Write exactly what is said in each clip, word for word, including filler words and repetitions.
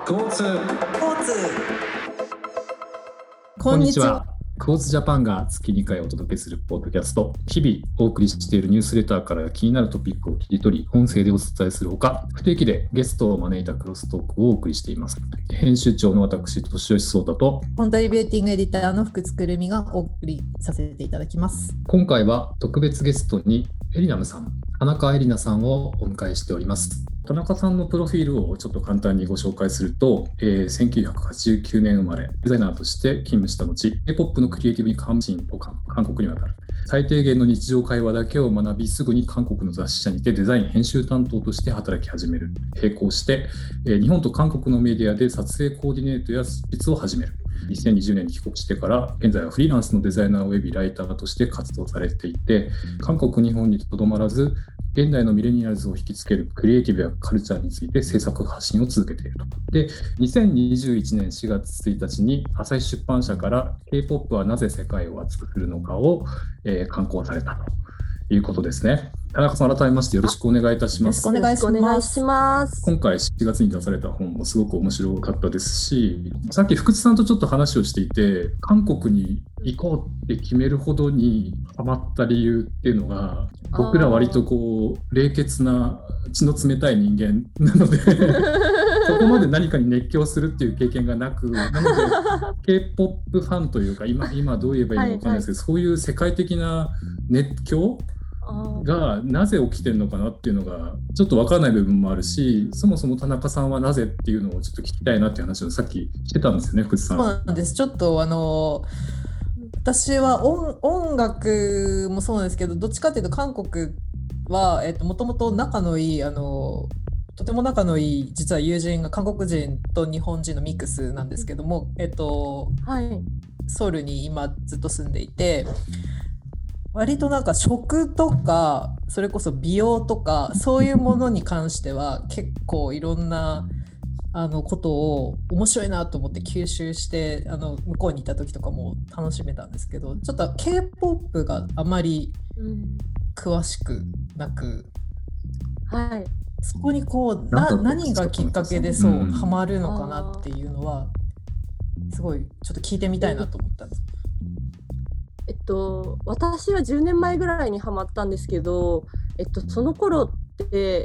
交通交通こんにちは。クォーツジャパンが月にかいお届けするポッドキャスト、日々お送りしているニュースレターから気になるトピックを切り取り、音声でお伝えするほか、不定期でゲストを招いたクロストークをお送りしています。編集長の私、年吉壮太とコントリビューティングエディターの福津くるみがお送りさせていただきます。 今回は特別ゲストにエリナムさん、田中エリナさんをお迎えしております。田中さんのプロフィールをちょっと簡単にご紹介すると、えー、せんきゅうひゃくはちじゅうきゅうねん生まれ、デザイナーとして勤務した後、K-ポップ のクリエイティブに関心を韓国に渡る。最低限の日常会話だけを学び、すぐに韓国の雑誌社にてデザイン編集担当として働き始める。並行して、えー、日本と韓国のメディアで撮影コーディネートや執筆を始める。にせんにじゅうねんに帰国してから現在はフリーランスのデザイナーおよびライターとして活動されていて、韓国、日本にとどまらず現代のミレニアルズを引きつけるクリエイティブやカルチャーについて制作発信を続けていると。で、にせんにじゅういちねんしがつついたちに朝日出版社から K-ポップ はなぜ世界を熱くするのかを、えー、刊行されたということですね。田中さん、改めましてよろしくお願いいたします。 よろしくお願いします。 今回しちがつに出された本もすごく面白かったですし、さっき福津さんとちょっと話をしていて、韓国に行こうって決めるほどにハマった理由っていうのが、僕ら割とこう冷血な血の冷たい人間なのでそこまで何かに熱狂するっていう経験がなく、なので K-ポップ ファンというか、今、今どう言えばいいのか分からないですけど、はいはい、そういう世界的な熱狂がなぜ起きてるのかなっていうのがちょっと分からない部分もあるし、そもそも田中さんはなぜっていうのをちょっと聞きたいなっていう話をさっきしてたんですよね、福津さん。 そうなんです。ちょっとあの私は 音, 音楽もそうなんですけど、どっちかというと韓国は、えっと、もともと仲のいいあのとても仲のいい実は友人が韓国人と日本人のミックスなんですけども、えっとはい、ソウルに今ずっと住んでいて、割となんか食とかそれこそ美容とかそういうものに関しては結構いろんなあのことを面白いなと思って吸収して、あの向こうにいた時とかも楽しめたんですけど、ちょっと K-ポップ があまり詳しくなく、うん、はい、そこにこうな何がきっかけでそう、うん、ハマるのかなっていうのはすごいちょっと聞いてみたいなと思ったんです。 えっと、私はじゅうねんまえぐらいにハマったんですけど、えっと、その頃って、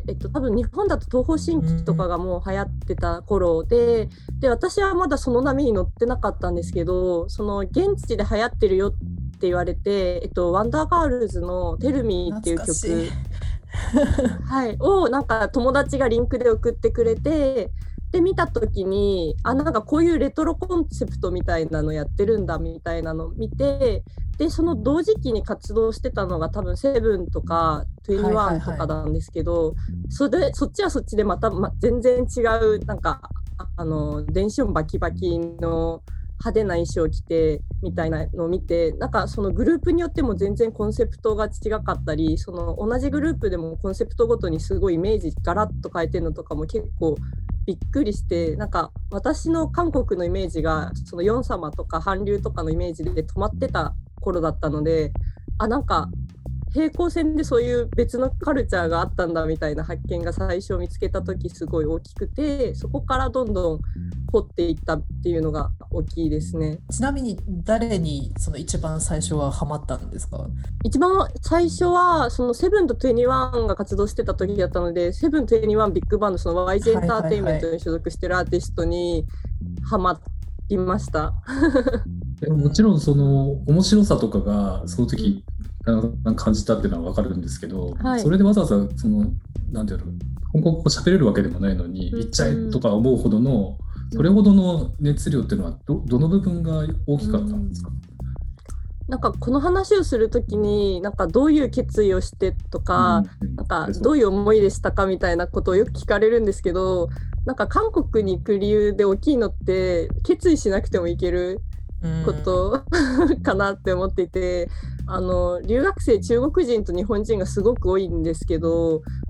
えっと、多分日本だと東方神起とかがもう流行ってた頃で、で私はまだその波に乗ってなかったんですけど、その現地で流行ってるよって言われて、えっと、ワンダーガールズのテルミーっていう曲はい、をなんか友達がリンクで送ってくれて、で見た時にあなんかこういうレトロコンセプトみたいなのやってるんだみたいなのを見て、でその同時期に活動してたのが多分セブンとかにじゅういちとかなんですけど、はいはいはい、それそっちはそっちでまた、ま、全然違うなんかあの電子音バキバキの派手な衣装を着てみたいなのを見て、なんかそのグループによっても全然コンセプトが違かったり、その同じグループでもコンセプトごとにすごいイメージガラッと変えてるのとかも結構びっくりして、なんか私の韓国のイメージがそのヨン様とか韓流とかのイメージで止まってた頃だったので、あなんか平行線でそういう別のカルチャーがあったんだみたいな発見が最初見つけた時すごい大きくて、そこからどんどん掘っていったっていうのが大きいですね。 ちなみに誰にその一番最初はハマったんですか？ 一番最初はそのセブンとにじゅういちが活動してた時だったので、セブンとにじゅういちビッグバンド、その ワイジェ エンターテインメントに所属してるアーティストにハマりました。 もちろんその面白さとかがその時、うん、感じたっていうのは分かるんですけど、はい、それでわざわざそのなんていうの本国語喋れるわけでもないのに、うん、行っちゃえとか思うほどの、うん、それほどの熱量っていうのは ど, どの部分が大きかったんですか？うん、 なんかこの話をするときになんかどういう決意をしてとか、うん、なんかどういう思いでしたかみたいなことをよく聞かれるんですけど、なんか韓国に行く理由で大きいのって決意しなくてもいけることかなって思っていて、あの留学生中国人と日本人がすごく多いんですけど、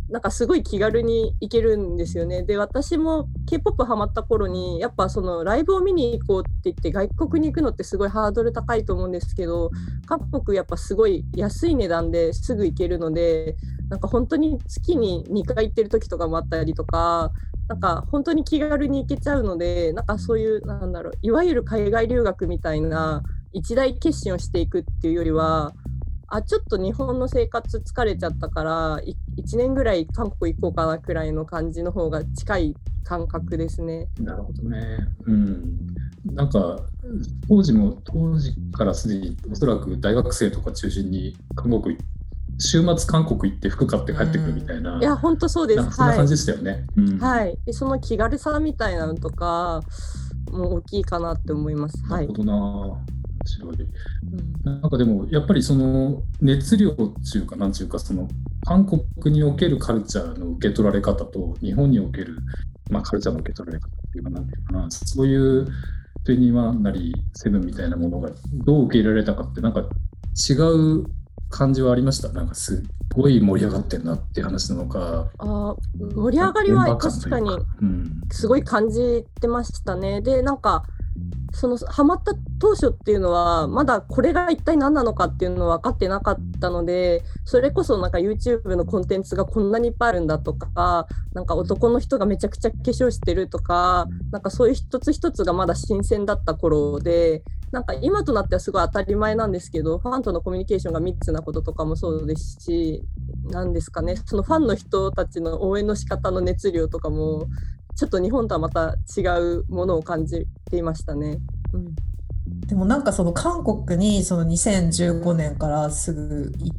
なんかすごい気軽に行けるんですよね。で私も K-ポップ ハマった頃にやっぱそのライブを見に行こうって言って外国に行くのってすごいハードル高いと思うんですけど、韓国やっぱすごい安い値段ですぐ行けるので、なんか本当に月ににかい行ってる時とかもあったりとか、なんか本当に気軽に行けちゃうので、なんかそういうなんだろう、いわゆる海外留学みたいな一大決心をしていくっていうよりは、あちょっと日本の生活疲れちゃったからいいちねんぐらい韓国行こうかなくらいの感じの方が近い感覚ですね。 なるほどね。うん。なんか当時も当時からすでにおそらく大学生とか中心に韓国週末韓国行って服買って帰ってくるみたいな、 うん、いや本当そうです。 なんかそんな感じでしたよね。 はいうんはい、でその気軽さみたいなのとかも大きいかなって思います。 なるほどな、面白い。 うん、 なんかでもやっぱりその熱量っていうかなんていうか、その韓国におけるカルチャーの受け取られ方と日本における、まあ、カルチャーの受け取られ方っていうかなんていうかな、そういうトゥエンティワンなりセブンみたいなものがどう受け入れられたかってなんか違う感じはありました。なんかすっごい盛り上がってんなっていう話なのか。 あ盛り上がりは確かにすごい感じてましたね。でなんかそのハマった当初っていうのはまだこれが一体何なのかっていうのは分かってなかったので、それこそなんか YouTube のコンテンツがこんなにいっぱいあるんだとか、なんか男の人がめちゃくちゃ化粧してるとか、なんかそういう一つ一つがまだ新鮮だった頃で、なんか今となってはすごい当たり前なんですけど、ファンとのコミュニケーションが密なこととかもそうですし、なんですかね、そのファンの人たちの応援の仕方の熱量とかもちょっと日本とはまた違うものを感じていましたね。うん、 でもなんかその韓国にそのにせんじゅうごねんからすぐ行って、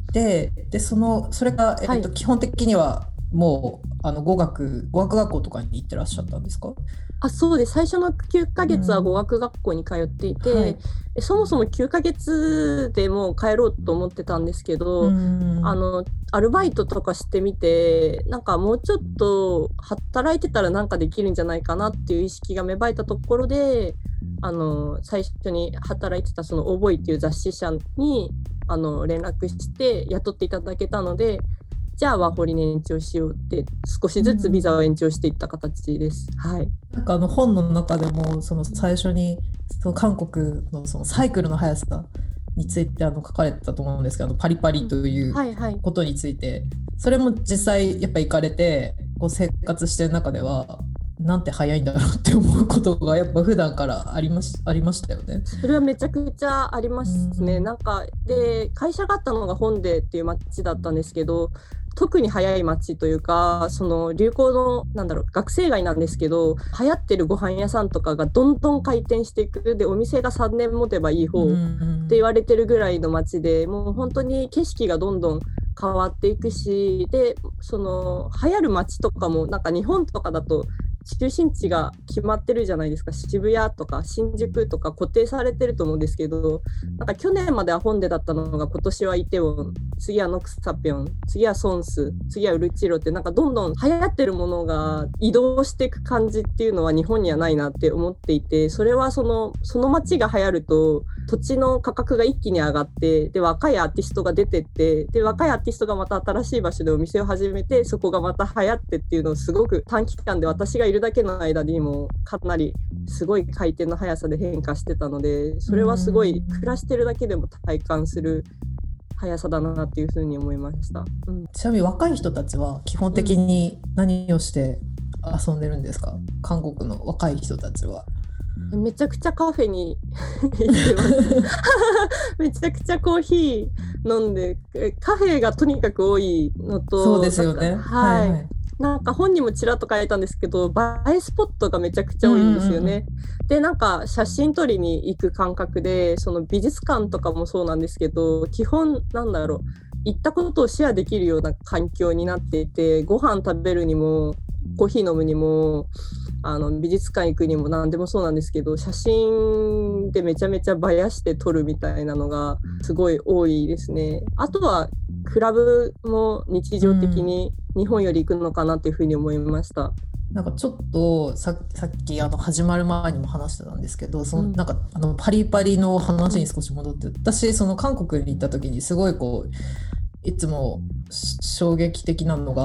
でそのそれが、えっと、基本的にはもうあの語学語学学校とかに行ってらっしゃったんですか？ あそうです。最初のきゅうかげつは語学学校に通っていて、うんはい、そもそもきゅうかげつでもう帰ろうと思ってたんですけど、うん、あのアルバイトとかしてみて、なんかもうちょっと働いてたらなんかできるんじゃないかなっていう意識が芽生えたところで、あの最初に働いてたそのオーボイっていう雑誌社にあの連絡して雇っていただけたので、じゃあワーホリに延長しようって少しずつビザを延長していった形です。うん、はい。 なんかあの本の中でもその最初にその韓国のそのサイクルの速さについてあの書かれてたと思うんですけど、パリパリということについて、はいはい、それも実際やっぱ行かれてこう生活してる中ではなんて早いんだろうって思うことがやっぱ普段からありまし、ありましたよね。 それはめちゃくちゃありますね。なんかで会社があったのがホンデっていう街だったんですけど、特に早い街というか、その流行のなんだろう学生街なんですけど、流行ってるご飯屋さんとかがどんどん開店していく。でお店がさんねん持てばいい方って言われてるぐらいの街で、もう本当に景色がどんどん変わっていくし、でその流行る街とかもなんか日本とかだと中心地が決まってるじゃないですか。渋谷とか新宿とか固定されてると思うんですけど、なんか去年まではホンデだったのが今年はイテウォン、次はノクサピョン、次はソンス、次はウルチロって、なんかどんどん流行ってるものが移動していく感じっていうのは日本にはないなって思っていて、それはそのその街が流行ると土地の価格が一気に上がって、で若いアーティストが出てって、で若いアーティストがまた新しい場所でお店を始めて、そこがまた流行ってっていうのをすごく短期間で私がいるだけの間にもかなりすごい回転の速さで変化してたので、それはすごい暮らしてるだけでも体感する速さだなっていうふうに思いました。うん、 ちなみに若い人たちは基本的に何をして遊んでるんですか？うん、韓国の若い人たちは。 めちゃくちゃカフェに行ってますめちゃくちゃコーヒー飲んで、カフェがとにかく多いのと、 そうですよね。 はい、はいはい、なんか本にもちらっと書いたんですけど、映えスポットがめちゃくちゃ多いんですよね。うんうんうん、でなんか写真撮りに行く感覚で、その美術館とかもそうなんですけど、基本なんだろう、行ったことをシェアできるような環境になっていて、ご飯食べるにもコーヒー飲むにもあの美術館行くにも何でもそうなんですけど、写真でめちゃめちゃ映やして撮るみたいなのがすごい多いですね。あとはクラブも日常的に日本より行くのかなっていうふうに思いました。うん、 なんかちょっと さ, さっきあの始まる前にも話してたんですけど、そのなんかあのパリパリの話に少し戻って、私その韓国に行った時にすごいこういつも衝撃的なのが、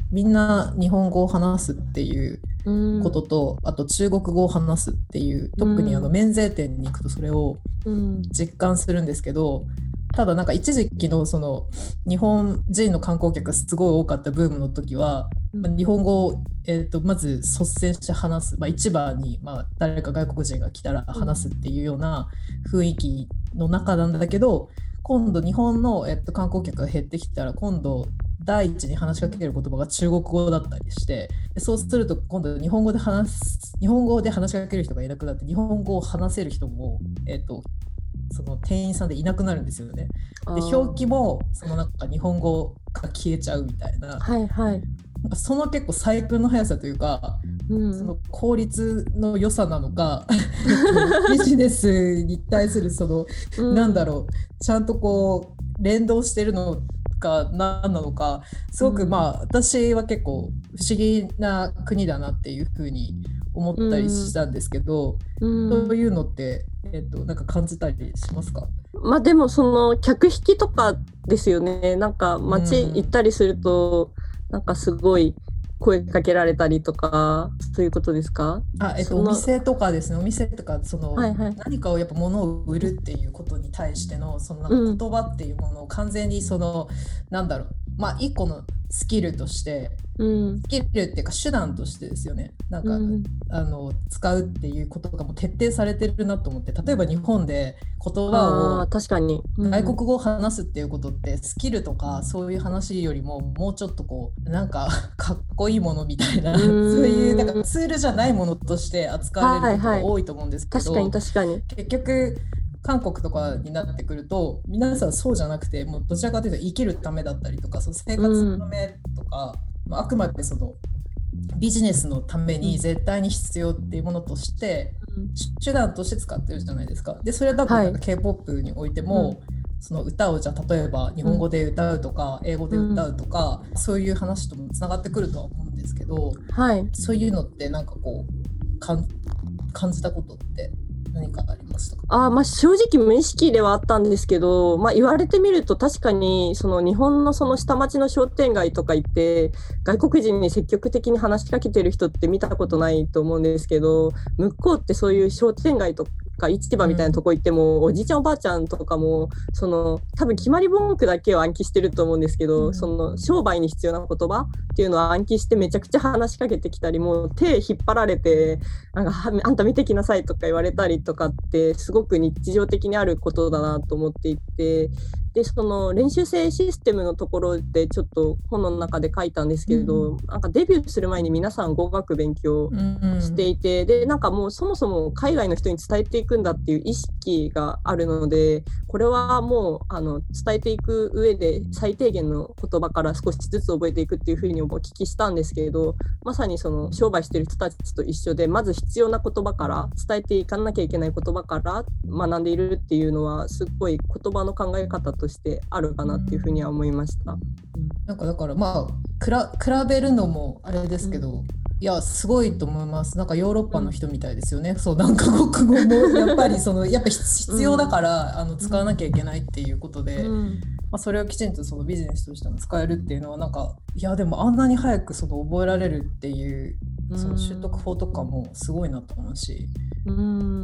みんな日本語を話すっていううんことと、あと中国語を話すっていう、特にあの免税店に行くとそれをうん実感するんですけど、ただなんか一時期のその日本人の観光客がすごい多かったブームの時は、まあ日本語を、えーとまず率先して話す、まあ、一番にまあ誰か外国人が来たら話すっていうような雰囲気の中なんだけど、今度日本の、えっと、観光客が減ってきたら今度第一に話しかける言葉が中国語だったりして、でそうすると今度日本語で話す日本語で話しかける人がいなくなって、日本語を話せる人も、えっと、その店員さんでいなくなるんですよね。で表記もそのなんか日本語が消えちゃうみたいな、 はいはい、 なんかその結構細工の速さというか、 うん、 その効率の良さなのかビジネスに対するその、うん、なんだろう、ちゃんとこう連動してるのか何なのか、すごくまあ、うん、私は結構不思議な国だなっていうふうに思ったりしたんですけど、うん、そういうのって、えーと、なんか感じたりしますか？ まあでもその客引きとかですよね。なんか街行ったりすると、うん、なんかすごい声かけられたりとか、そういうことですか？ あ、えっと、お店とかですね。お店とかその、 はいはい、 何かをやっぱ物を売るっていうことに対してのそのなんか言葉っていうものを完全にその、うん、なんだろう、まあ一個のスキルとして、うん、スキルっていうか手段としてですよね。なんか、うん、あの使うっていうことがもう徹底されてるなと思って、例えば日本で言葉を確かに、 うん、外国語を話すっていうことってスキルとかそういう話よりももうちょっとこうなんかかっこいいものみたいな、そういうなんかツールじゃないものとして扱われることが多いと思うんですけど、 はいはい、確かに確かに、 結局韓国とかになってくると皆さんそうじゃなくて、もうどちらかというと生きるためだったりとか、その生活のためとか、うん、あくまでそのビジネスのために絶対に必要っていうものとして、うん、手段として使ってるじゃないですか。でそれは多分なんか ケーポップ においても、はい、その歌をじゃあ例えば日本語で歌うとか、うん、英語で歌うとか、うん、そういう話ともつながってくるとは思うんですけど、はい、そういうのってなんかこうかん感じたことって何かありましたか？ あ、まあ、正直無意識ではあったんですけど、まあ、言われてみると確かにその日本のその下町の商店街とか行って外国人に積極的に話しかけてる人って見たことないと思うんですけど、向こうってそういう商店街とか市場みたいなとこ行っても、うん、おじいちゃんおばあちゃんとかもその多分決まり文句だけを暗記してると思うんですけど、うん、その商売に必要な言葉っていうのを暗記してめちゃくちゃ話しかけてきたり、もう手引っ張られてなんかあんた見てきなさいとか言われたりとかってすごく日常的にあることだなと思っていて、でその練習生システムのところでちょっと本の中で書いたんですけど、うん、なんかデビューする前に皆さん語学勉強していて、うん、でなんかもうそもそも海外の人に伝えていくんだっていう意識があるので、これはもうあの伝えていく上で最低限の言葉から少しずつ覚えていくっていうふうにお聞きしたんですけど、まさにその商売してる人たちと一緒で、まず必要な言葉から伝えていかなきゃいけない言葉から学んでいるっていうのはすごい言葉の考え方としてあるかなっていうふうには思いました。うん、 なんかだからまあくら比べるのもあれですけど、うん、いやすごいと思います。なんかヨーロッパの人みたいですよね。うん、そう何カ国語もやっぱりそのやっぱ必要だから、うん、あの使わなきゃいけないっていうことで、うん、まあ、それをきちんとそのビジネスとしても使えるっていうのはなんか、いやでもあんなに早くその覚えられるっていうその習得法とかもすごいなと思うし、 うん、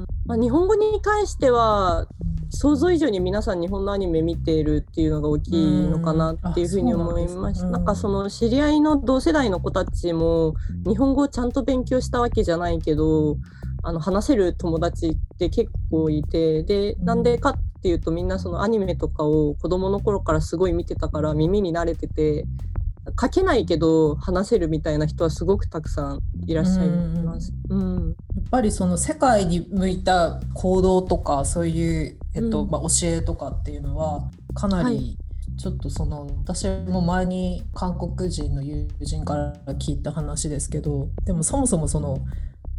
まあ、日本語に関しては想像以上に皆さん日本のアニメ見ているっていうのが大きいのかなっていうふうに思いました。 なんかその知り合いの同世代の子たちも日本語をちゃんと勉強したわけじゃないけど、あの話せる友達って結構いて、でなんでかっていうとみんなそのアニメとかを子供の頃からすごい見てたから耳に慣れてて、書けないけど話せるみたいな人はすごくたくさんいらっしゃいます。うんうん、 やっぱりその世界に向いた行動とかそういう、えっとまあ、教えとかっていうのはかなりちょっとその、はい、私も前に韓国人の友人から聞いた話ですけど、でもそもそもその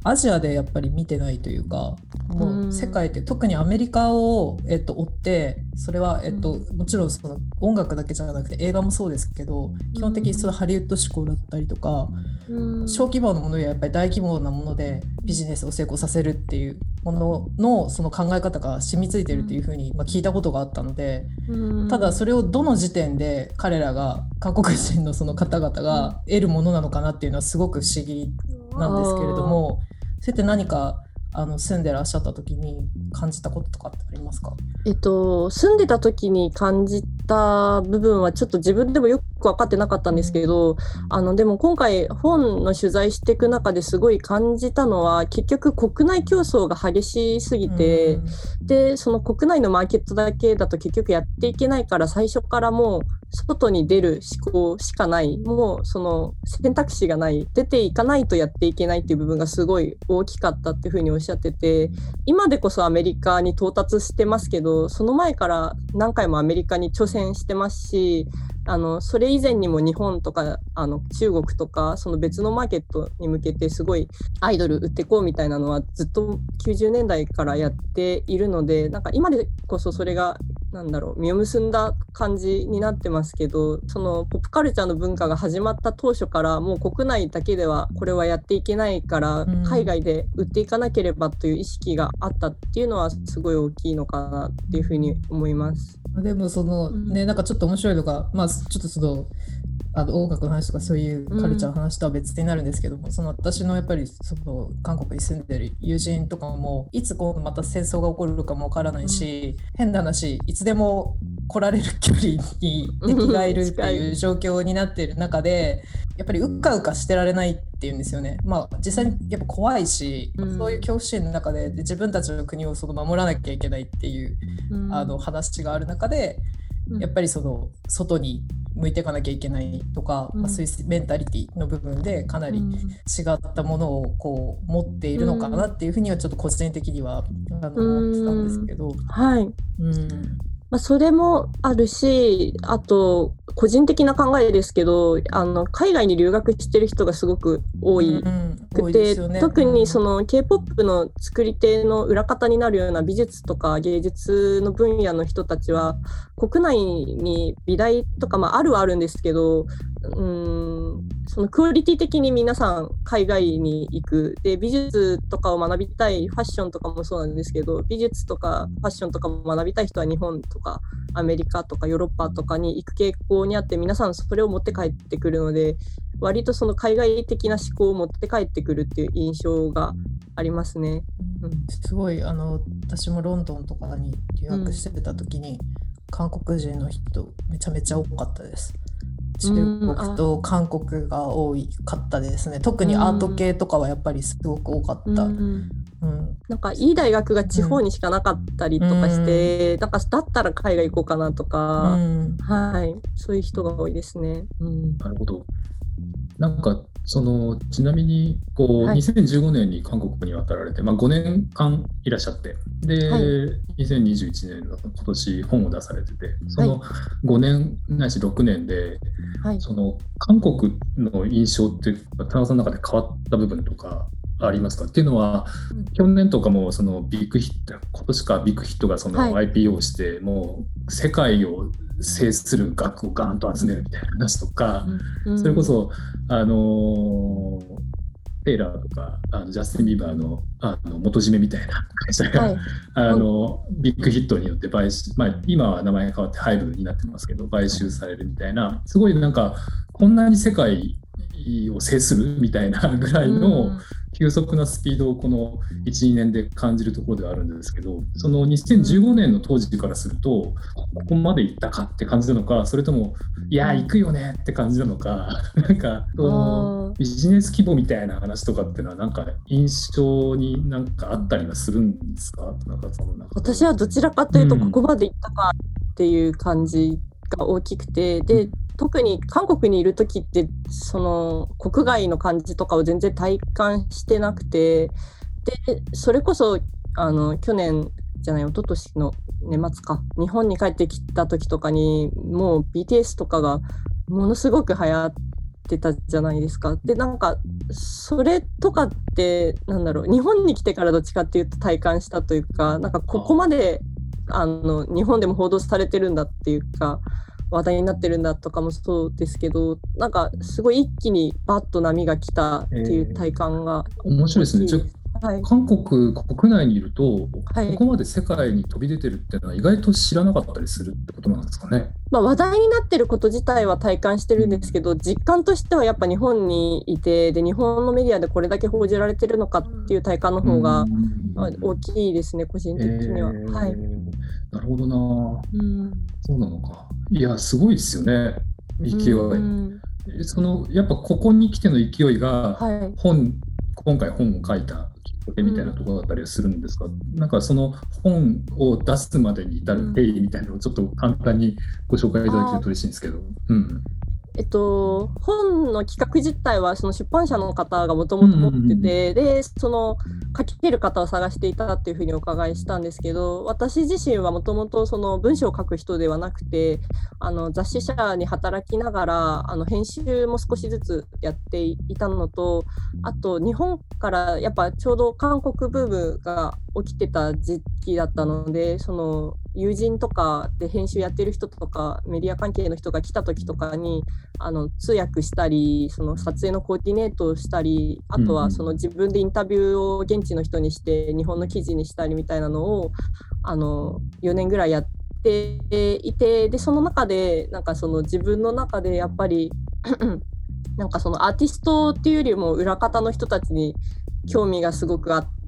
アジアでやっぱり見てないというか、もう世界って特にアメリカを、えっと、追って、それは、えっと、もちろんその音楽だけじゃなくて映画もそうですけど、基本的にそのハリウッド志向だったりとか、小規模なものややっぱり大規模なものでビジネスを成功させるっていうもののその考え方が染みついてるっていうふうに、まあ、聞いたことがあったので、ただそれをどの時点で彼らが韓国人のその方々が得るものなのかなっていうのはすごく不思議なんですけれども、それって何かあの住んでらっしゃった時に感じたこととかってありますか？ えっと、住んでた時に感じた部分はちょっと自分でもよく分かってなかったんですけど、あのでも今回本の取材していく中ですごい感じたのは、結局国内競争が激しすぎて、うん、でその国内のマーケットだけだと結局やっていけないから、最初からもう外に出る思考しかない、もうその選択肢がない、出ていかないとやっていけないっていう部分がすごい大きかったっていうふうにおっしゃってて、今でこそアメリカに到達してますけど、その前から何回もアメリカに挑戦してますし、あのそれ以前にも日本とかあの中国とかその別のマーケットに向けてすごいアイドル売ってこうみたいなのはずっときゅうじゅうねんだいからやっているので、なんか今でこそそれがなんだろう実を結んだ感じになってますけど、そのポップカルチャーの文化が始まった当初からもう国内だけではこれはやっていけないから、うん、海外で売っていかなければという意識があったっていうのはすごい大きいのかなっていうふうに思います。 でもそのね、うん、なんかちょっと面白いのが、まあちょっとそのあの音楽の話とかそういうカルチャーの話とは別になるんですけども、うん、その私のやっぱりその韓国に住んでる友人とかもいつこうまた戦争が起こるかもわからないし、うん、変な話いつでも来られる距離に敵がいるっていう状況になっている中で、やっぱりうかうかしてられないっていうんですよね。まあ実際にやっぱ怖いし、うん、そういう恐怖心の中で自分たちの国をその守らなきゃいけないっていう、うん、あの話がある中で、やっぱりその外に向いていかなきゃいけないとか、うん、まあ、そういうメンタリティの部分でかなり違ったものをこう持っているのかなっていうふうにはちょっと個人的にはあの思ってたんですけど、 はい、うんまあ、それもあるし、あと個人的な考えですけど、あの海外に留学してる人がすごく多いくて、うんうんね、特にその K-ポップ の作り手の裏方になるような美術とか芸術の分野の人たちは国内に美大とか、まあ、あるはあるんですけど、うーんそのクオリティ的に皆さん海外に行くで、美術とかを学びたい、ファッションとかもそうなんですけど、美術とかファッションとかも学びたい人は日本とかアメリカとかヨーロッパとかに行く傾向にあって、皆さんそれを持って帰ってくるので、割とその海外的な思考を持って帰ってくるっていう印象がありますね、 うん、すごいあの私もロンドンとかに留学してた時に、うん、韓国人の人めちゃめちゃ多かったです。中国と韓国が多かったですね。特にアート系とかはやっぱりすごく多かった、うんうん、なんかいい大学が地方にしかなかったりとかして、うん、なんかだったら海外行こうかなとか、うん、はい、そういう人が多いですね、うん、 なるほど。なんかそのちなみにこう、はい、にせんじゅうごねんに韓国に渡られて、まあ、ごねんかんいらっしゃって、で、はい、にせんにじゅういちねんの今年本を出されてて、そのごねんないしろくねんで、はい、その韓国の印象って田中さんの中で変わった部分とかありますか？っていうのは、うん、去年とかもそのビッグヒット、今年かビッグヒットがその アイピーオー して、はい、もう世界を制する額をガーンと集めるみたいな話とか、うん、それこそあのテイラーとかあのジャスティン・ビーバー の, あの元締めみたいな会社が、はい、あのビッグヒットによって買収、まあ、今は名前が変わってハイブになってますけど買収されるみたいな、すごいなんかこんなに世界を制するみたいなぐらいの急速なスピードをこの いち、にねんで感じるところではあるんですけど、そのにせんじゅうごねんの当時からするとここまで行ったかって感じなのか、それともいや行くよねって感じなのか、なんかビジネス規模みたいな話とかっていうのはなんか印象になんかあったりはするんですか？なんかそのなんか私はどちらかというとここまで行ったかっていう感じが大きくて、で特に韓国にいる時ってその国外の感じとかを全然体感してなくて、でそれこそあの去年じゃない一昨年の年末か日本に帰ってきた時とかにもう ビーティーエス とかがものすごく流行っってたじゃないですか。でなんかそれとかってなんだろう、日本に来てからどっちかっていうと体感したというか、なんかここまであの日本でも報道されてるんだっていうか話題になってるんだとかもそうですけど、なんかすごい一気にバッと波が来たっていう体感が、 えー、面白いですね。じゃあ、はい、韓国国内にいると、はい、ここまで世界に飛び出てるっていうのは意外と知らなかったりするってことなんですかね。 まあ、話題になってること自体は体感してるんですけど、うん、実感としてはやっぱ日本にいて、で日本のメディアでこれだけ報じられてるのかっていう体感の方が大きいですね、個人的には。えーはい、 なるほどな、うん、そうなのか。いやすごいですよね、勢い、うん、そのやっぱここに来ての勢いが本、はい、今回本を書いたきっかけみたいなところだったりするんですか、うん、なんかその本を出すまでに至る経緯みたいなのをちょっと簡単にご紹介いただけると嬉しいんですけど。うんえっと、本の企画自体はその出版社の方がもともと持ってて、うんうんうん、でその書き手る方を探していたっていうふうにお伺いしたんですけど、私自身はもともとその文章を書く人ではなくて、あの雑誌社に働きながらあの編集も少しずつやっていたのと、あと日本からやっぱちょうど韓国ブームが起きてた時期だったので、その友人とかで編集やってる人とかメディア関係の人が来た時とかにあの通訳したり、その撮影のコーディネートをしたり、あとはその自分でインタビューを現地の人にして日本の記事にしたりみたいなのをあのよねんぐらいやっていて、でその中でなんかその自分の中でやっぱりなんかそのアーティストっていうよりも裏方の人たちに興味がすごくあって、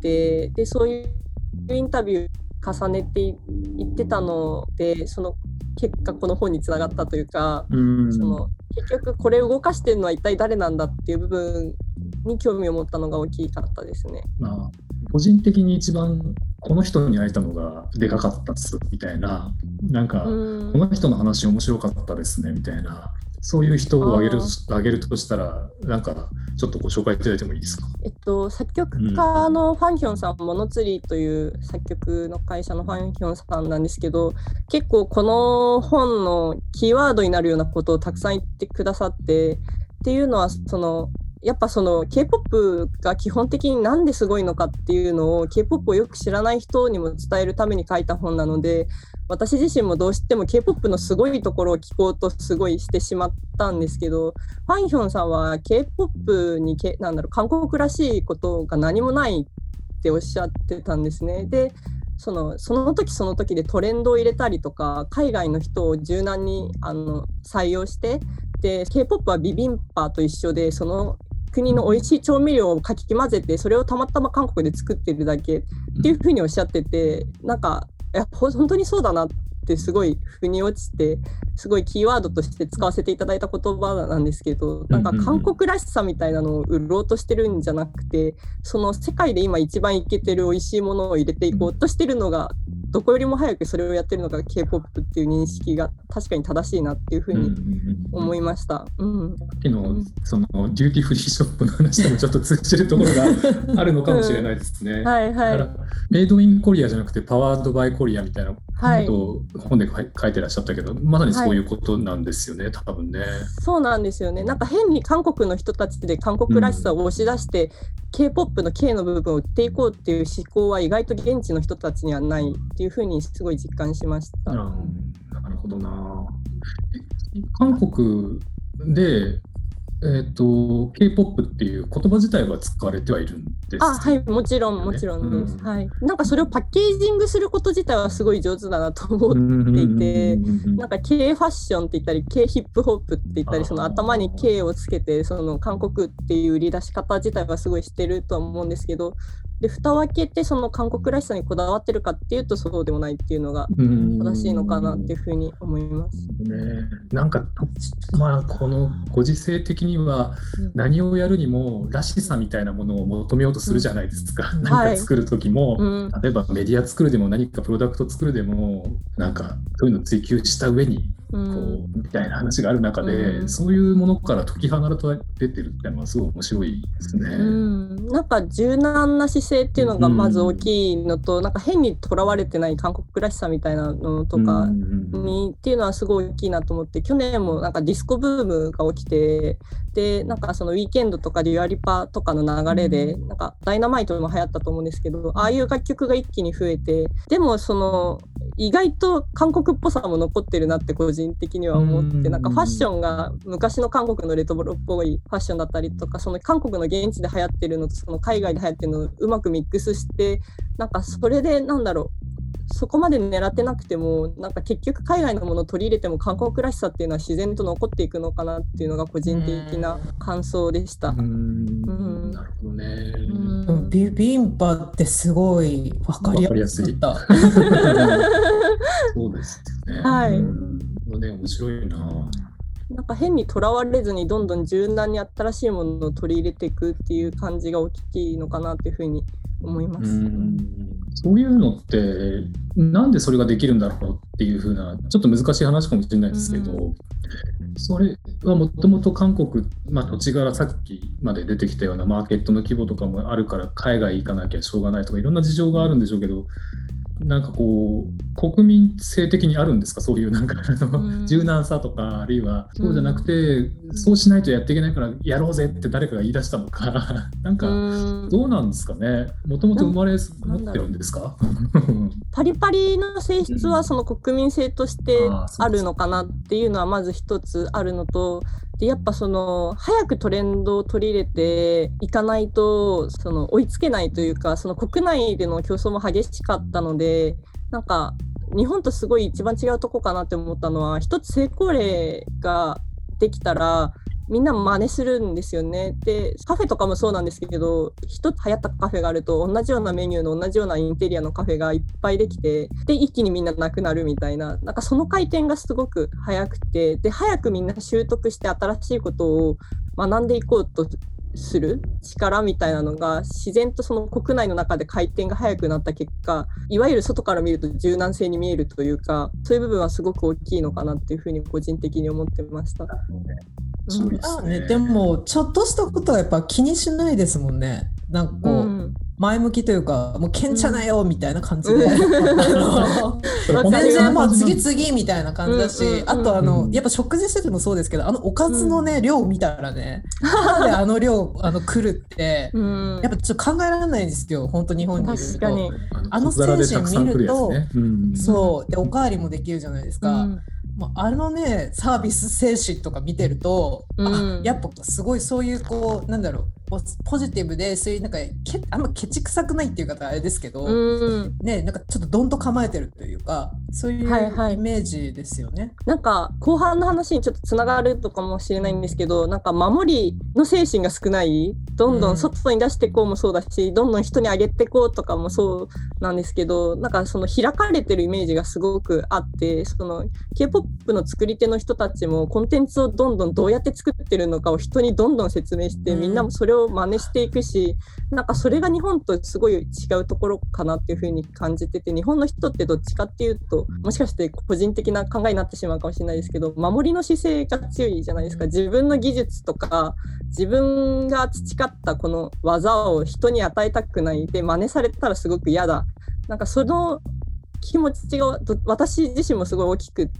でそういうインタビュー重ねていってたので、その結果この本につながったというか、うん、その結局これを動かしてるのは一体誰なんだっていう部分に興味を持ったのが大きかったですね。 まあ、個人的に一番この人に会えたのがでかかったですみたいな、なんか、うん、この人の話面白かったですねみたいな、そういう人を挙げる、挙げるとしたらなんかちょっとご紹介いただいてもいいですか。 えっと、作曲家のファンヒョンさん、モノツリーという作曲の会社のファンヒョンさんなんですけど、結構この本のキーワードになるようなことをたくさん言ってくださって、っていうのはそのやっぱその K-ポップ が基本的になんですごいのかっていうのを K-ポップ をよく知らない人にも伝えるために書いた本なので、私自身もどうしても K-ポップ のすごいところを聞こうとすごいしてしまったんですけど、ファンヒョンさんは K-ポップ になんだろう、韓国らしいことが何もないっておっしゃってたんですね。でその、その時その時でトレンドを入れたりとか、海外の人を柔軟にあの採用して、で K-ポップ はビビンパと一緒で、その国の美味しい調味料をかき混ぜてそれをたまたま韓国で作ってるだけっていうふうにおっしゃってて、なんかいや本当にそうだなってすごい腑に落ちて、すごいキーワードとして使わせていただいた言葉なんですけど、なんか韓国らしさみたいなのを売ろうとしてるんじゃなくて、その世界で今一番イケてる美味しいものを入れていこうとしてるのが、どこよりも早くそれをやってるのが K-ポップ っていう認識が確かに正しいなっていうふうに思いました。うんうん、 さっきのそのデューティーフリーショップの話でもちょっと通じるところがあるのかもしれないですね。うん、はいはい。だからメイドインコリアじゃなくてパワードバイコリアみたいなことを本で書いてらっしゃったけど、はい、まさにそういうことなんですよね、はい、多分ね。 そうなんですよね。なんか変に韓国の人たちで韓国らしさを押し出して、うん、K-ポップ の K の部分を売っていこうっていう思考は意外と現地の人たちにはないっていうふうにすごい実感しました。 うん、なるほどな。韓国でえー、と K-ポップ っていう言葉自体は使われてはいるんです、ね、 あ、はい、もちろんもちろんです、うん、はい。なんかそれをパッケージングすること自体はすごい上手だなと思っていて、なんか K ファッションって言ったり K ヒップホップって言ったり、その頭に K をつけてその韓国っていう売り出し方自体はすごいしてるとは思うんですけど、で蓋を開けてその韓国らしさにこだわってるかっていうとそうでもないっていうのが正しいのかなっていうふうに思います、 ね、なんか、まあ、このご時世的には何をやるにもらしさみたいなものを求めようとするじゃないですか、うん、何か作る時も、はい、うん、例えばメディア作るでも何かプロダクト作るでもなんかそういうのを追求した上にこう、うん、みたいな話がある中で、うん、そういうものから解き放たれてるっていうのはすごい面白いですね、 うん、なんか柔軟な姿性っていうのがまず大きいのと、うん、なんか変にとらわれてない韓国らしさみたいなのとかにっていうのはすごい大きいなと思って、去年もなんかディスコブームが起きて、でなんかそのウィーケンドとかデュアリパとかの流れで、なんかダイナマイトも流行ったと思うんですけど、ああいう楽曲が一気に増えて、でもその意外と韓国っぽさも残ってるなって個人的には思って、なんかファッションが昔の韓国のレトロっぽいファッションだったりとか、その韓国の現地で流行ってるのとその海外で流行ってるのをうまくミックスして、なんかそれでなんだろう、そこまで狙ってなくてもなんか結局海外のものを取り入れても韓国らしさっていうのは自然と残っていくのかなっていうのが個人的な感想でした。 うーん、うん、なるほどね。 うん、ビビンバってすごい分かりやすかった。 そうですね。 はい。 うん、ね、面白いな。 なんか変にとらわれずにどんどん柔軟に新しいものを取り入れていくっていう感じが大きいのかなっていうふうに思います。 うん、そういうのってなんでそれができるんだろうっていうふうなちょっと難しい話かもしれないですけど、うん、それはもともと韓国、まあ、土地柄さっきまで出てきたようなマーケットの規模とかもあるから海外行かなきゃしょうがないとかいろんな事情があるんでしょうけど、なんかこう国民性的にあるんですか、そういうなんかあの、うん、柔軟さとか、あるいはそうじゃなくて、うん、そうしないとやっていけないからやろうぜって誰かが言い出したのかなんかどうなんですかね。もともと生まれ持ってるんですかパリパリの性質はその国民性としてあるのかなっていうのはまず一つあるのと、でやっぱその早くトレンドを取り入れていかないとその追いつけないというか、その国内での競争も激しかったので、なんか日本とすごい一番違うとこかなって思ったのは、一つ成功例ができたらみんな真似するんですよね。でカフェとかもそうなんですけど、一つ流行ったカフェがあると同じようなメニューの同じようなインテリアのカフェがいっぱいできて、で一気にみんななくなるみたいな、なんかその回転がすごく早くて、で早くみんな習得して新しいことを学んでいこうとする力みたいなのが自然とその国内の中で回転が速くなった結果、いわゆる外から見ると柔軟性に見えるというか、そういう部分はすごく大きいのかなっていうふうに個人的に思ってました。 うん、あね、でもちょっとしたことはやっぱ気にしないですもんね。なんかこう、うん、前向きというか、もうけんちゃなよみたいな感じで、うん、全然もう次々みたいな感じだし、うんうんうん、あとあのやっぱ食事しててもそうですけど、あのおかずのね、うん、量を見たらね、ただであの量あの来るって、うん、やっぱちょっと考えられないんですよ、本当日本にいると。確かにあの精神見ると、ね、うん、そうでおかわりもできるじゃないですか。うん、あのねサービス精神とか見てると、うん、あやっぱすごいそういうこうなんだろうポジティブで、そういうなんかけあんまケチくさくないっていう方はあれですけど、うんね、なんかちょっとどんと構えてるというか、そういうイメージですよね。はいはい、 なんか後半の話にちょっとつながるとかもしれないんですけど、なんか守りの精神が少ない、どんどん外に出してこうもそうだし、うん、どんどん人にあげてこうとかもそうなんですけど、なんかその開かれてるイメージがすごくあって、その K-ポップ の作り手の人たちもコンテンツをどんどんどうやって作ってるのかを人にどんどん説明して、みんなもそれを真似していくし、なんかそれが日本とすごい違うところかなっていう風に感じてて、日本の人ってどっちかっていうと、もしかして個人的な考えになってしまうかもしれないですけど、守りの姿勢が強いじゃないですか。自分の技術とか自分が培ったこの技を人に与えたくない、で真似されたらすごく嫌だ、なんかその気持ちが私自身もすごい大きくって、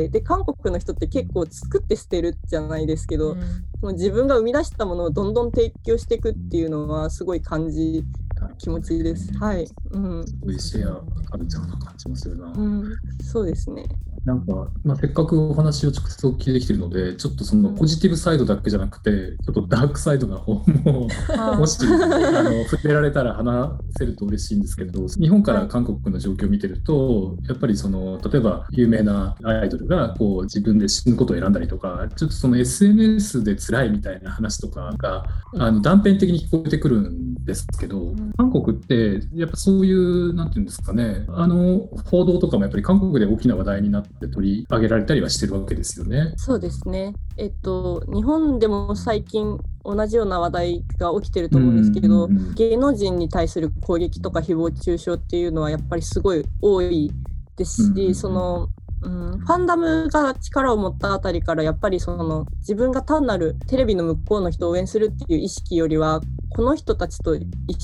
で韓国の人って結構作って捨てるじゃないですけど、うん、その自分が生み出したものをどんどん提供していくっていうのはすごい感じ気持ちです。はい、うん、 すごいシェアカルチャーな感じもするな、 うん、そうですね。 なんか、まあ、せっかくお話を直接お聞きできているので、ちょっとそのポジティブサイドだけじゃなくて、うん、ちょっとダークサイドな方ももしあの触れられたら話せると嬉しいんですけど、日本から韓国の状況を見てると、やっぱりその例えば有名なアイドルがこう自分で死ぬことを選んだりとか、ちょっとその エスエヌエス で辛いみたいな話とかがあの断片的に聞こえてくるんですけど、うん、韓国ってやっぱそういうなんていうんですかね、あの報道とかもやっぱり韓国で大きな話題になって取り上げられたりはしてるわけですよね。 そうですね。えっと日本でも最近同じような話題が起きてると思うんですけど、うんうん、芸能人に対する攻撃とか誹謗中傷っていうのはやっぱりすごい多いですし、うんうん、そのうん、ファンダムが力を持ったあたりからやっぱりその自分が単なるテレビの向こうの人を応援するっていう意識よりは、この人たちと一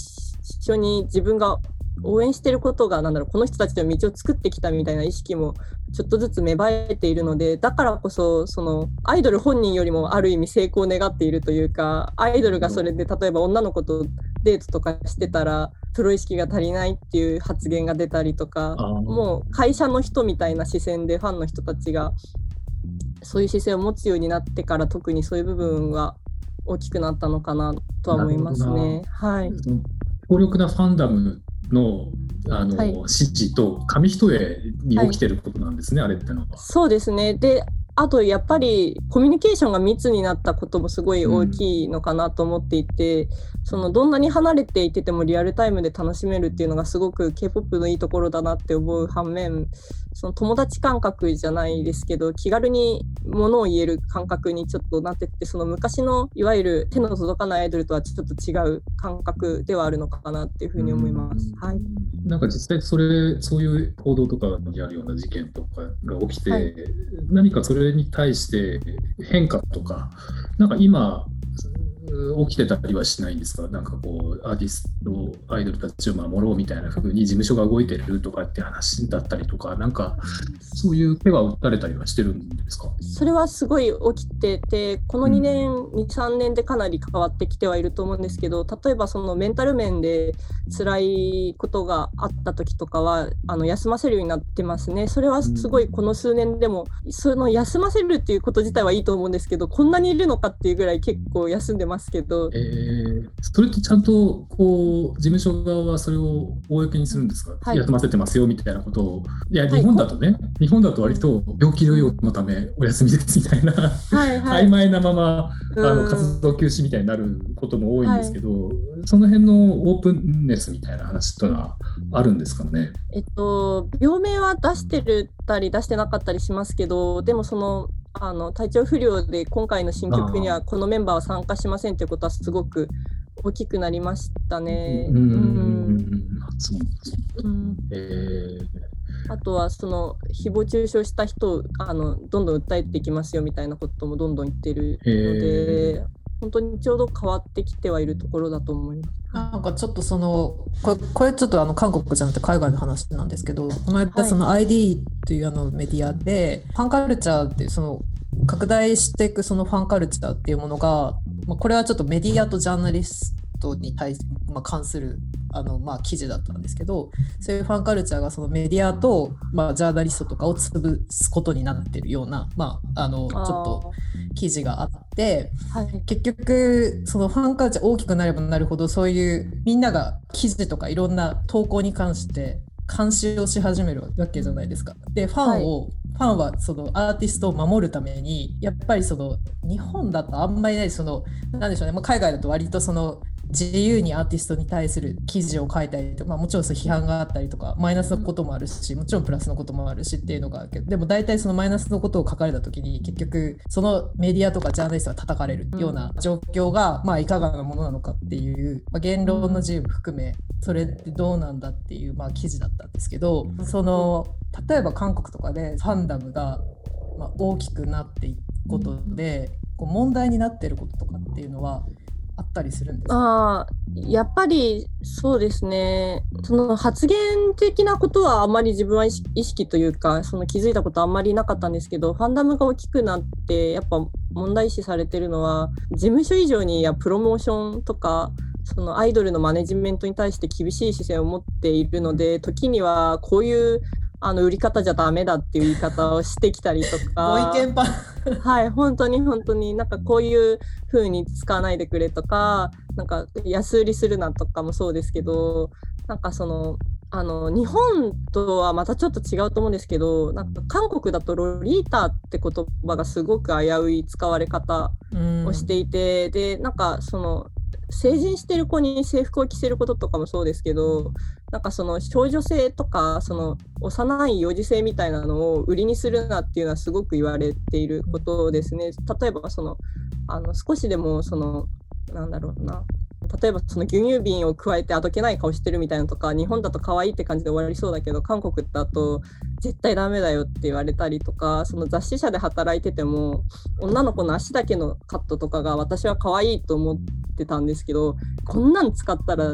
一緒に自分が応援してることがなんだろうこの人たちの道を作ってきたみたいな意識もちょっとずつ芽生えているので、だからこそそのアイドル本人よりもある意味成功を願っているというか、アイドルがそれで例えば女の子とデートとかしてたらプロ意識が足りないっていう発言が出たりとか、もう会社の人みたいな視線でファンの人たちがそういう姿勢を持つようになってから、特にそういう部分が大きくなったのかなとは思いますね。はい、 強力なファンダムの、あの、はい、支持と紙一重に起きてることなんですね、はい、あれってのは。 そうですね。で、あとやっぱりコミュニケーションが密になったこともすごい大きいのかなと思っていて、うん、そのどんなに離れていててもリアルタイムで楽しめるっていうのがすごく K-ポップ のいいところだなって思う反面、その友達感覚じゃないですけど気軽に物を言える感覚にちょっとなってって、その昔のいわゆる手の届かないアイドルとはちょっと違う感覚ではあるのかなっていうふうに思います。はい、 なんか実際それそういう報道とかにあるような事件とかが起きて、はい、何かそれに対して変化とかなんか今起きてたりはしないんですか？なんかこうアーティストアイドルたちを守ろうみたいな風に事務所が動いてるとかって話だったりとか、なんかそういう手は打たれたりはしてるんですか？ それはすごい起きてて、このにねん、うん、にさんねんでかなり変わってきてはいると思うんですけど、例えばそのメンタル面で辛いことがあった時とかはあの休ませるようになってますね。それはすごいこの数年でも、うん、その休ませるっていうこと自体はいいと思うんですけど、こんなにいるのかっていうぐらい結構休んでますけど、 えー、それってちゃんとこう事務所側はそれを公にするんですか？はい、休ませてますよみたいなことを。いや、日本だとね、はい、日本だと割と病気療養のためお休みですみたいな、はいはい、曖昧なままあの活動休止みたいになることも多いんですけど、はい、その辺のオープンネスみたいな話というのはあるんですかね？ えっと、病名は出してるたり出してなかったりしますけど、でもそのあの体調不良で今回の新曲にはこのメンバーは参加しませんということはすごく大きくなりましたね。うんうんうんうん、えー、あとはその誹謗中傷した人をあのどんどん訴えていきますよみたいなこともどんどん言ってるので、本当にちょうど変わってきてはいるところだと思います。 なんかちょっとそのこれ、これちょっとあの韓国じゃなくて海外の話なんですけど、この間その アイディー というあのメディアでファンカルチャーっていうその拡大していくそのファンカルチャーっていうものが、まあ、これはちょっとメディアとジャーナリストに対し、まあ、関するあの、まあ、記事だったんですけど、そういうファンカルチャーがそのメディアと、まあ、ジャーナリストとかを潰すことになってるような、まあ、あのちょっと記事があって、はい、結局そのファンカルチャー大きくなればなるほど、そういうみんなが記事とかいろんな投稿に関して監視をし始めるわけじゃないですか。でファンを、はい、ファンはそのアーティストを守るためにやっぱりその日本だとあんまりないそのなんでしょうね、まあ、海外だと割とその自由にアーティストに対する記事を書いたりとか、まあ、もちろんそう批判があったりとかマイナスのこともあるし、もちろんプラスのこともあるしっていうのがあるけど、でも大体そのマイナスのことを書かれた時に結局そのメディアとかジャーナリストが叩かれるような状況が、まあ、いかがなものなのかっていう、まあ、言論の自由も含めそれってどうなんだっていう、まあ、記事だったんですけど、その例えば韓国とかでファンダムがまあ大きくなっていくことでこう問題になっていることとかっていうのはあったりするんですか？ あ、やっぱりそうですね、その発言的なことはあまり自分は意識、意識というかその気づいたことはあんまりなかったんですけど、ファンダムが大きくなってやっぱ問題視されてるのは事務所以上にやプロモーションとかそのアイドルのマネジメントに対して厳しい姿勢を持っているので、時にはこういうあの売り方じゃダメだっていう言い方をしてきたりとかご意見番はい本当に本当になんかこういう風に使わないでくれとか、なんか安売りするなとかもそうですけど、なんかそのあの日本とはまたちょっと違うと思うんですけど、なんか韓国だとロリータって言葉がすごく危うい使われ方をしていて、うん、でなんかその成人してる子に制服を着せることとかもそうですけど、なんかその少女性とかその幼い幼児性みたいなのを売りにするなっていうのはすごく言われていることですね。例えばそのあの少しでもそのなんだろうな、例えばその牛乳瓶を加えてあどけない顔してるみたいなのとか、日本だと可愛いって感じで終わりそうだけど韓国だと絶対ダメだよって言われたりとか、その雑誌社で働いてても女の子の足だけのカットとかが私は可愛いと思ってたんですけど、こんなん使ったら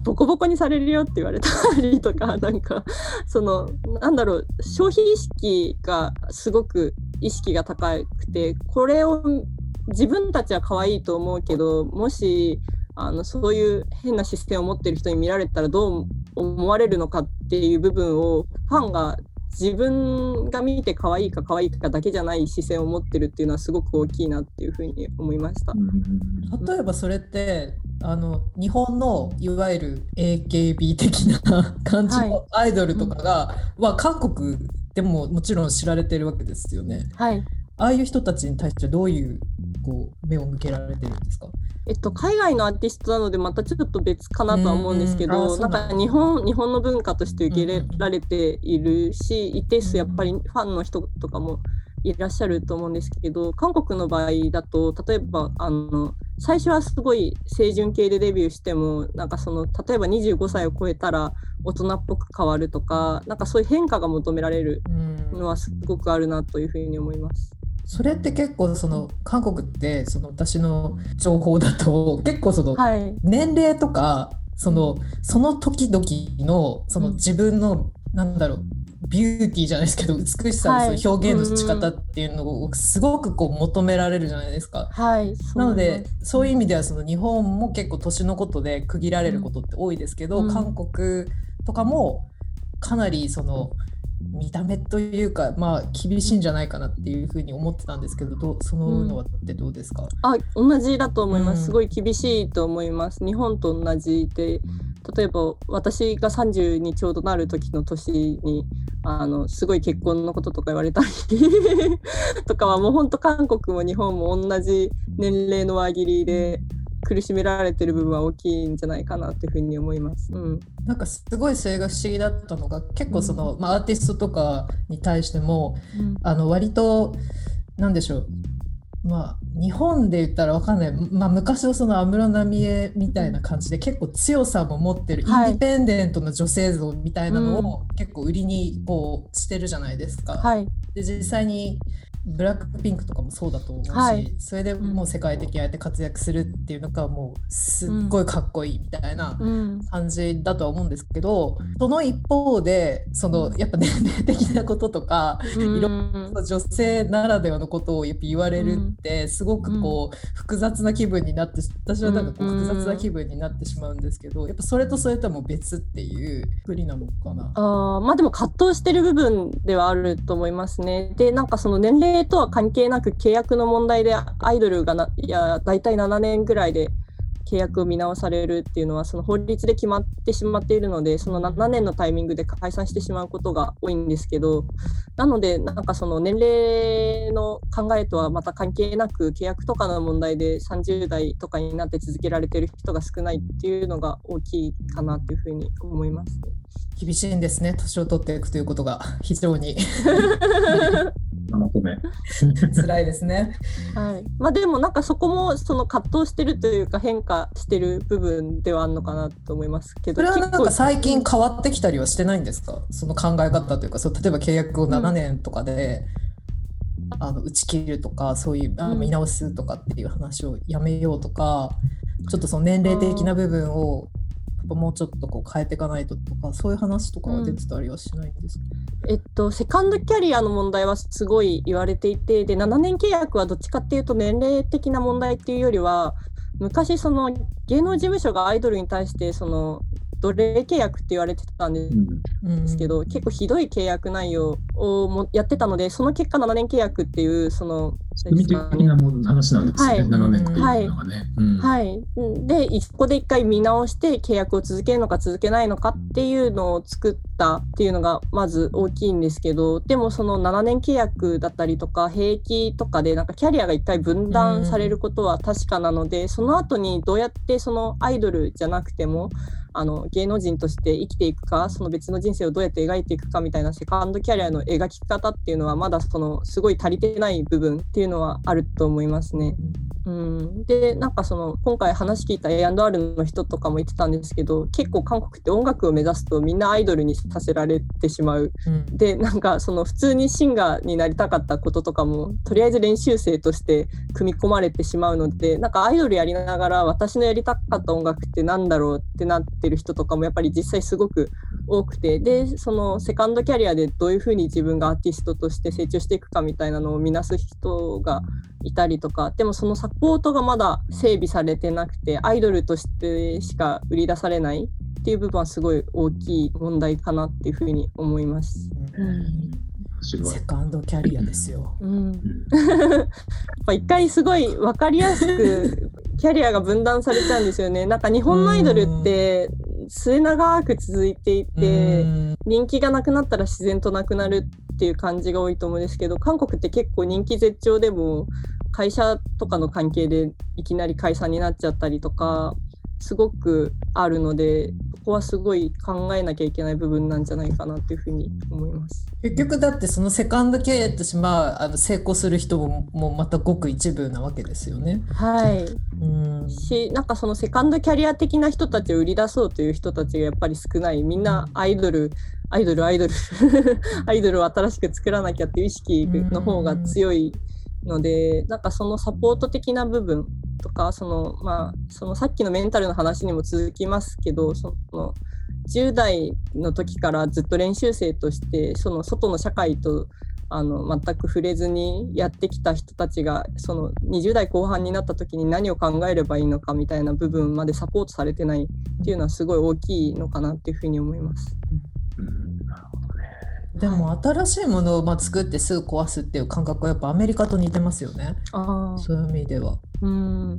ボコボコにされるよって言われたりとか、なんかそのなんだろう、消費意識がすごく意識が高くて、これを自分たちは可愛いと思うけど、もしあのそういう変な視線を持ってる人に見られたらどう思われるのかっていう部分を、ファンが自分が見て可愛いか可愛いかだけじゃない視線を持ってるっていうのはすごく大きいなっていうふうに思いました。 例えばそれってあの日本のいわゆる エーケービー 的な感じのアイドルとかが、うん、は韓国でももちろん知られてるわけですよね。 はい、 ああいう人たちに対してどういうこう目を向けられてるんですか？ えっと、海外のアーティストなのでまたちょっと別かなとは思うんですけど、なんか日本、日本の文化として受け入れられているし、一定数やっぱりファンの人とかもいらっしゃると思うんですけど、韓国の場合だと例えばあの最初はすごい清純系でデビューしても、なんかその例えばにじゅうごさいを超えたら大人っぽく変わるとか、なんかそういう変化が求められるのはすごくあるなというふうに思います。 それって結構その韓国ってその私の情報だと結構その年齢とかそのその時々のその自分のなんだろうビューティーじゃないですけど美しさの表現の仕方っていうのをすごくこう求められるじゃないですか。 はい、 なのでそういう意味ではその日本も結構年のことで区切られることって多いですけど、うん、韓国とかもかなりその見た目というか、まあ厳しいんじゃないかなっていうふうに思ってたんですけど、どうそののはってどうですか？ あ、同じだと思います。すごい厳しいと思います。日本と同じで、例えば私がさんじゅうにちょうどなる時の年にあのすごい結婚のこととか言われたりとかはもう本当韓国も日本も同じ年齢の輪切りで苦しめられてる部分は大きいんじゃないかなというふうに思います、うん、 なんかすごいそれが不思議だったのが結構その、うんまあ、アーティストとかに対しても、うん、あの割となんでしょう、まあ、日本で言ったらわかんない、まあ、昔のその安室奈美恵みたいな感じで結構強さも持ってる、はい、インディペンデントな女性像みたいなのを結構売りにこうしてるじゃないですか、はい、で実際にブラックピンクとかもそうだと思うし、はい、それでもう世界的にあえて活躍するっていうのがもうすっごいかっこいいみたいな感じだとは思うんですけど、うん、その一方でそのやっぱ年齢的なこととか、うん、いろんな女性ならではのことをやっぱ言われるってすごくこう複雑な気分になって、私はなんかこう複雑な気分になってしまうんですけど、やっぱそれとそれとはもう別っていうふりなのかな。 あ、まあでも葛藤してる部分ではあると思いますね。でなんかその年齢とは関係なく契約の問題でアイドルがないやだいたいななねんぐらいで契約を見直されるっていうのはその法律で決まってしまっているので、そのななねんのタイミングで解散してしまうことが多いんですけど、なのでなんかその年齢の考えとはまた関係なく契約とかの問題でさんじゅうだいとかになって続けられている人が少ないっていうのが大きいかなというふうに思います。 厳しいんですね、年を取っていくということが非常にまとめ辛いですね、 はい、まあでもなんかそこもその葛藤してるというか変化してる部分ではあるのかなと思いますけど、 それはなんか最近変わってきたりはしてないんですか？その考え方というか、そう例えば契約をななねんとかで、うん、あの打ち切るとかそういうあの見直すとかっていう話をやめようとか、ちょっとその年齢的な部分をもうちょっとこう変えていかないととか、そういう話とかは出てたりはしないんですか？ うん、えっと、セカンドキャリアの問題はすごい言われていて、でななねん契約はどっちかっていうと年齢的な問題っていうよりは、昔その芸能事務所がアイドルに対してその奴隷契約って言われてたんですけど、うん、結構ひどい契約内容をもやってたので、その結果ななねん契約っていうその仕組み的な話なんですね、はい、ななねんっていうのがね、 はい、うんはい、でここで一回見直して契約を続けるのか続けないのかっていうのを作ったっていうのがまず大きいんですけど、でもそのななねん契約だったりとか兵役とかでなんかキャリアが一回分断されることは確かなので、その後にどうやってそのアイドルじゃなくてもあの芸能人として生きていくか、その別の人生をどうやって描いていくかみたいなセカンドキャリアの描き方っていうのはまだそのすごい足りてない部分っていうのはあると思いますね。うん、でなんかその今回話聞いた エーアンドアール の人とかも言ってたんですけど、結構韓国って音楽を目指すとみんなアイドルにさせられてしまう、うん、でなんかその普通にシンガーになりたかったこととかもとりあえず練習生として組み込まれてしまうので、なんかアイドルやりながら私のやりたかった音楽ってなんだろうってなっててる人とかもやっぱり実際すごく多くて、でそのセカンドキャリアでどういうふうに自分がアーティストとして成長していくかみたいなのを見なす人がいたりとか、でもそのサポートがまだ整備されてなくてアイドルとしてしか売り出されないっていう部分はすごい大きい問題かなっていうふうに思います。うん、 セカンドキャリアですよ。うん、 やっぱ一回すごい分かりやすくキャリアが分断されちゃうんですよね。なんか日本のアイドルって末永く続いていて、人気がなくなったら自然となくなるっていう感じが多いと思うんですけど、韓国って結構人気絶頂でも会社とかの関係でいきなり解散になっちゃったりとかすごくあるので、そこはすごい考えなきゃいけない部分なんじゃないかなっていうふうに思います。 結局だってそのセカンドキャリアとして、まあ、あの成功する人も、もうまたごく一部なわけですよね。 はい。うんし、なんかそのセカンドキャリア的な人たちを売り出そうという人たちがやっぱり少ない。みんなアイドルアイドルアイドルアイドルを新しく作らなきゃっていう意識の方が強いので、なんかそのサポート的な部分とか、そのまあそのさっきのメンタルの話にも続きますけど、そのじゅう代の時からずっと練習生としてその外の社会とあの全く触れずにやってきた人たちが、そのにじゅう代後半になった時に何を考えればいいのかみたいな部分までサポートされてないっていうのはすごい大きいのかなっていうふうに思います。 うん、なるほどね。 でも新しいものをまあ作ってすぐ壊すっていう感覚はやっぱアメリカと似てますよね。あ、そういう意味では。うん、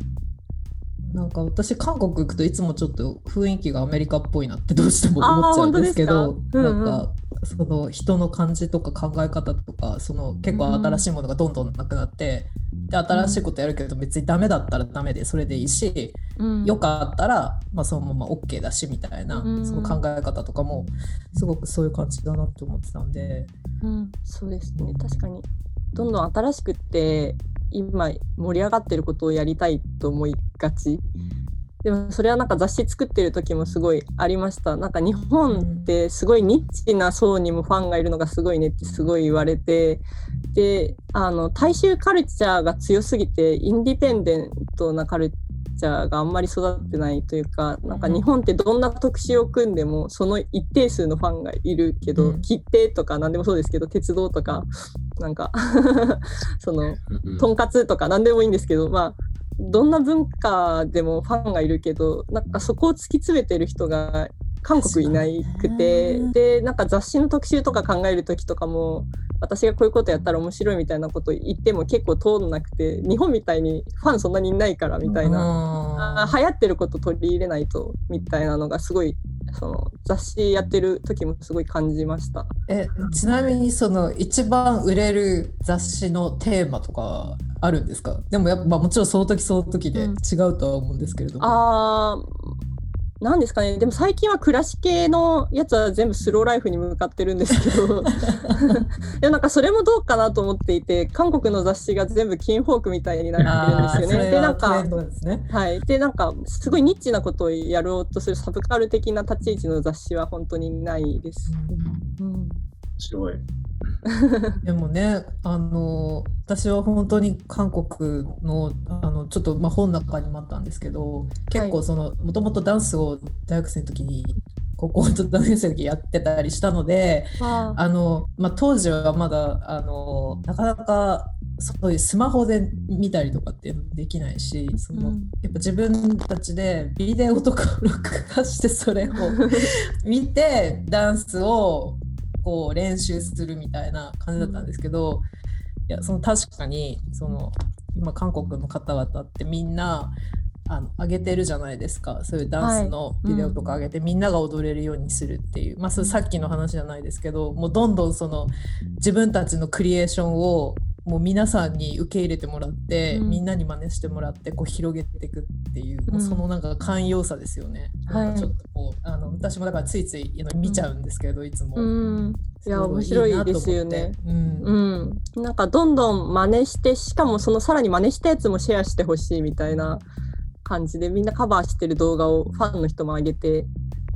なんか私韓国行くといつもちょっと雰囲気がアメリカっぽいなってどうしても思っちゃうんですけど、うんうん、なんかその人の感じとか考え方とか、その結構新しいものがどんどんなくなって、うん、で新しいことやるけど別にダメだったらダメでそれでいいし、うん、よかったら、まあ、そのまま OK だしみたいな、うん、その考え方とかもすごくそういう感じだなって思ってたんで、 うん、そうですね。確かにどんどん新しくって今盛り上がってることをやりたいと思いがち。でもそれはなんか雑誌作ってる時もすごいありました。なんか日本ってすごいニッチな層にもファンがいるのがすごいねってすごい言われて、であの大衆カルチャーが強すぎてインディペンデントなカルチャーがあんまり育ってないというか、なんか日本ってどんな特集を組んでもその一定数のファンがいるけど、切手とか何でもそうですけど、鉄道とかなんかそのとんかつとか何でもいいんですけど、まあどんな文化でもファンがいるけど、なんかそこを突き詰めてる人が韓国いなくて、でなんか雑誌の特集とか考える時とかも私がこういうことやったら面白いみたいなこと言っても結構通んなくて、日本みたいにファンそんなにいないからみたいな、あ流行ってること取り入れないとみたいなのがすごいその雑誌やってる時もすごい感じました。 えちなみにその一番売れる雑誌のテーマとかあるんですか？でもやっぱ、まあ、もちろんその時その時で違うとは思うんですけれども、うん、 あなんですかね。でも最近は暮らし系のやつは全部スローライフに向かってるんですけどでもなんかそれもどうかなと思っていて、韓国の雑誌が全部キンフォークみたいになってるんですよね。でなんかはい、でなんかすごいニッチなことをやろうとするサブカル的な立ち位置の雑誌は本当にないです。うんうん、面白いでもね、あの私は本当に韓国 の, あのちょっと、まあ、本の中にもあったんですけど、結構そのもともとダンスを大学生の時に高校と大学生の時やってたりしたので、あの、まあ、当時はまだあのなかなかそういうスマホで見たりとかってできないし、その、うん、やっぱ自分たちでビデオとかを録画してそれを見てダンスをこう練習するみたいな感じだったんですけど、いやその確かにその今韓国の方々ってみんなあの上げてるじゃないですか、そういうダンスのビデオとか上げて、はい、うん、みんなが踊れるようにするっていう、まあ、それさっきの話じゃないですけど、もうどんどんその自分たちのクリエーションをもう皆さんに受け入れてもらって、うん、みんなに真似してもらってこう広げていくっていう、うん、もうそのなんか寛容さですよね、うん、なんかちょっとこうあの私もだからついつい見ちゃうんですけど、いつも、うん、 いや面白いですよね、うんうん、なんかどんどん真似して、しかもそのさらに真似したやつもシェアしてほしいみたいな感じでみんなカバーしてる動画をファンの人も上げて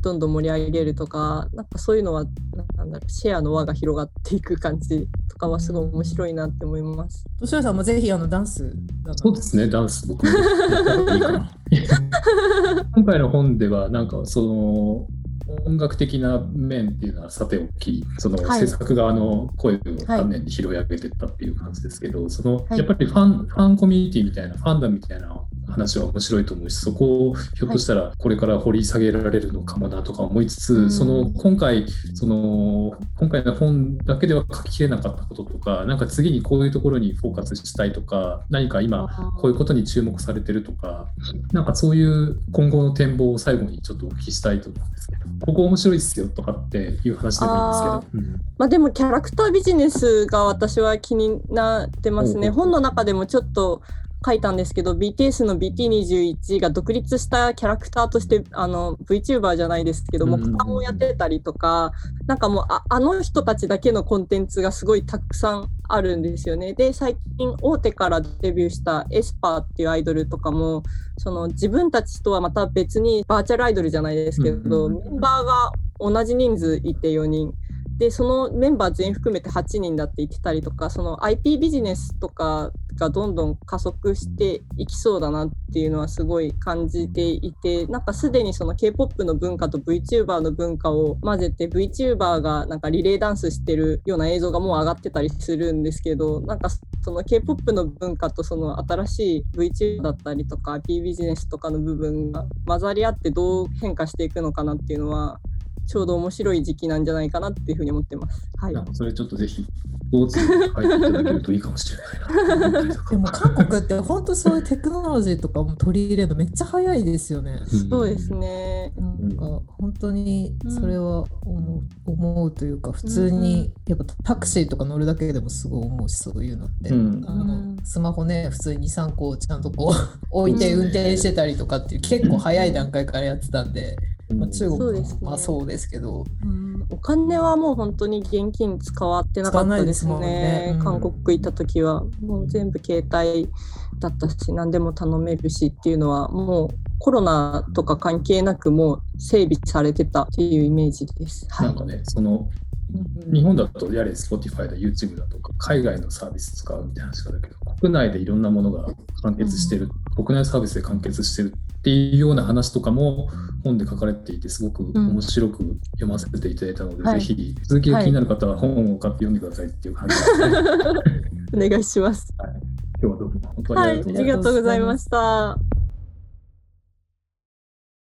どんどん盛り上げるとか、なんかそういうのはなんだろう、シェアの輪が広がっていく感じとかはすごい面白いなって思います。 としろさんもぜひあのダンスそうですね、ダンス僕もいいかな今回の本ではなんかその音楽的な面っていうのはさておき、その制作側の声を丹念に拾い上げていったっていう感じですけど、はい、そのやっぱりファン、ファンコミュニティみたいな、ファンダムみたいな話は面白いと思うし、そこをひょっとしたらこれから掘り下げられるのかもなとか思いつつ、はい、その今回その今回の本だけでは書ききれなかったこととか、なんか次にこういうところにフォーカスしたいとか、何か今こういうことに注目されてるとか、なんかそういう今後の展望を最後にちょっとお聞きしたいと思うんですけど、ここ面白いですよとかっていう話でもいいんですけど、うん、 まあ、でもキャラクタービジネスが私は気になってますね。本の中でもちょっと書いたんですけど、 ビーティーエス の ビーティーにじゅういち が独立したキャラクターとしてあの VTuber じゃないですけども、モカをやってたりとか、なんかもう あ, あの人たちだけのコンテンツがすごいたくさんあるんですよね。で、最近大手からデビューしたエスパーっていうアイドルとかも、その自分たちとはまた別にバーチャルアイドルじゃないですけど、メンバーが同じ人数いてよにんで、そのメンバー全員含めてはちにんだって言ってたりとか、その アイピー ビジネスとかがどんどん加速していきそうだなっていうのはすごい感じていて、なんかすでにその K-ポップ の文化と VTuber の文化を混ぜて VTuber がなんかリレーダンスしてるような映像がもう上がってたりするんですけど、なんかその K-ポップ の文化とその新しい VTuber だったりとか アイピー ビジネスとかの部分が混ざり合ってどう変化していくのかなっていうのはちょうど面白い時期なんじゃないかなっていうふうに思ってます。はい、 なんかそれちょっとぜひスポーツに書いていただけるといいかもしれないなでも韓国って本当そういうテクノロジーとかも取り入れるのめっちゃ早いですよね。 そうですね。 なんか本当にそれは思う、思うというか、普通にやっぱタクシーとか乗るだけでもすごい思うし、そういうのって、うん、あのスマホね普通に にさんこちゃんとこう置いて運転してたりとかっていう結構早い段階からやってたんで、まあ、中国もまあそうですけど、 うん、お金はもう本当に現金使わってなかったですね。ね、うん、韓国行った時はもう全部携帯だったし、何でも頼めるしっていうのはもうコロナとか関係なくもう整備されてたっていうイメージです。はい、 なんかね、その日本だとやれ Spotify だ YouTube だとか海外のサービス使うみたいな話だけど、国内でいろんなものが完結してる、うん、国内サービスで完結してるっていうような話とかも本で書かれていて、すごく面白く読ませていただいたので、うん、ぜひ続きが気になる方は本を買って読んでくださいっていう感じですね。 お願いします。 はい、今日はどうも本当にありがとうございました。